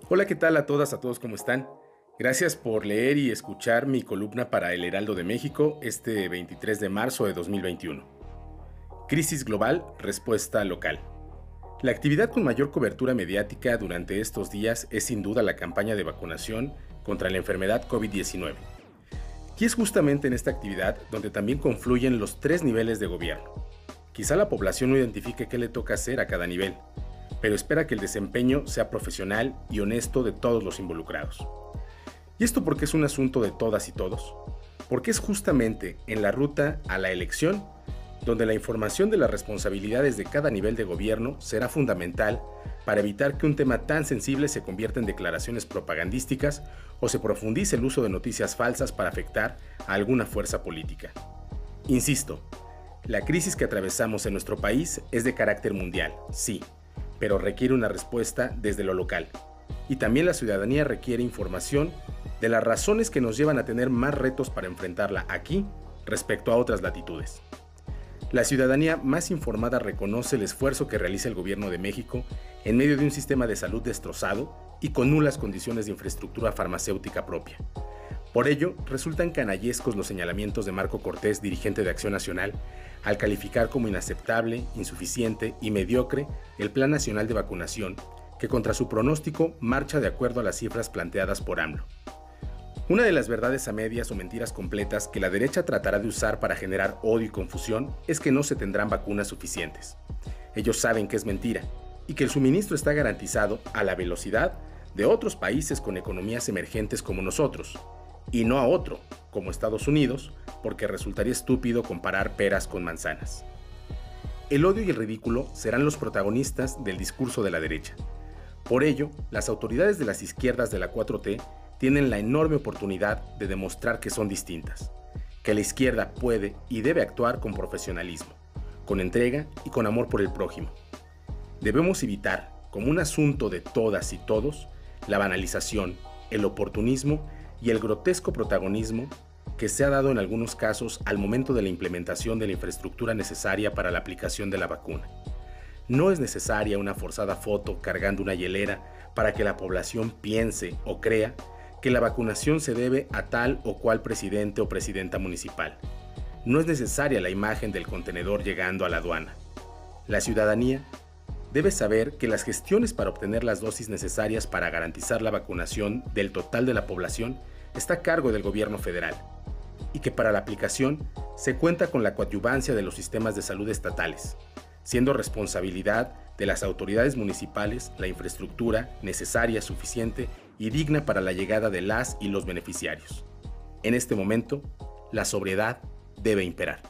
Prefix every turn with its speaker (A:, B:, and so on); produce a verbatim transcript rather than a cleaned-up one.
A: Hola, ¿qué tal a todas, a todos, ¿cómo están? Gracias por leer y escuchar mi columna para El Heraldo de México este veintitrés de marzo de dos mil veintiuno. Crisis global, respuesta local. La actividad con mayor cobertura mediática durante estos días es sin duda la campaña de vacunación contra la enfermedad COVID diecinueve. Y es justamente en esta actividad donde también confluyen los tres niveles de gobierno. Quizá la población no identifique qué le toca hacer a cada nivel, pero espera que el desempeño sea profesional y honesto de todos los involucrados. ¿Y esto por qué es un asunto de todas y todos? Porque es justamente en la ruta a la elección donde la información de las responsabilidades de cada nivel de gobierno será fundamental para evitar que un tema tan sensible se convierta en declaraciones propagandísticas o se profundice el uso de noticias falsas para afectar a alguna fuerza política. Insisto, la crisis que atravesamos en nuestro país es de carácter mundial, sí, pero requiere una respuesta desde lo local. Y también la ciudadanía requiere información de las razones que nos llevan a tener más retos para enfrentarla aquí respecto a otras latitudes. La ciudadanía más informada reconoce el esfuerzo que realiza el gobierno de México en medio de un sistema de salud destrozado y con nulas condiciones de infraestructura farmacéutica propia. Por ello, resultan canallescos los señalamientos de Marco Cortés, dirigente de Acción Nacional, al calificar como inaceptable, insuficiente y mediocre el Plan Nacional de Vacunación, que contra su pronóstico marcha de acuerdo a las cifras planteadas por AMLO. Una de las verdades a medias o mentiras completas que la derecha tratará de usar para generar odio y confusión es que no se tendrán vacunas suficientes. Ellos saben que es mentira y que el suministro está garantizado a la velocidad de otros países con economías emergentes como nosotros, y no a otro, como Estados Unidos, porque resultaría estúpido comparar peras con manzanas. El odio y el ridículo serán los protagonistas del discurso de la derecha. Por ello, las autoridades de las izquierdas de la cuatro T tienen la enorme oportunidad de demostrar que son distintas, que la izquierda puede y debe actuar con profesionalismo, con entrega y con amor por el prójimo. Debemos evitar, como un asunto de todas y todos, la banalización, el oportunismo y el grotesco protagonismo que se ha dado en algunos casos al momento de la implementación de la infraestructura necesaria para la aplicación de la vacuna. No es necesaria una forzada foto cargando una hielera para que la población piense o crea que la vacunación se debe a tal o cual presidente o presidenta municipal. No es necesaria la imagen del contenedor llegando a la aduana. La ciudadanía debe saber que las gestiones para obtener las dosis necesarias para garantizar la vacunación del total de la población está a cargo del gobierno federal y que para la aplicación se cuenta con la coadyuvancia de los sistemas de salud estatales, siendo responsabilidad de las autoridades municipales la infraestructura necesaria, suficiente y digna para la llegada de las y los beneficiarios. En este momento, la sobriedad debe imperar.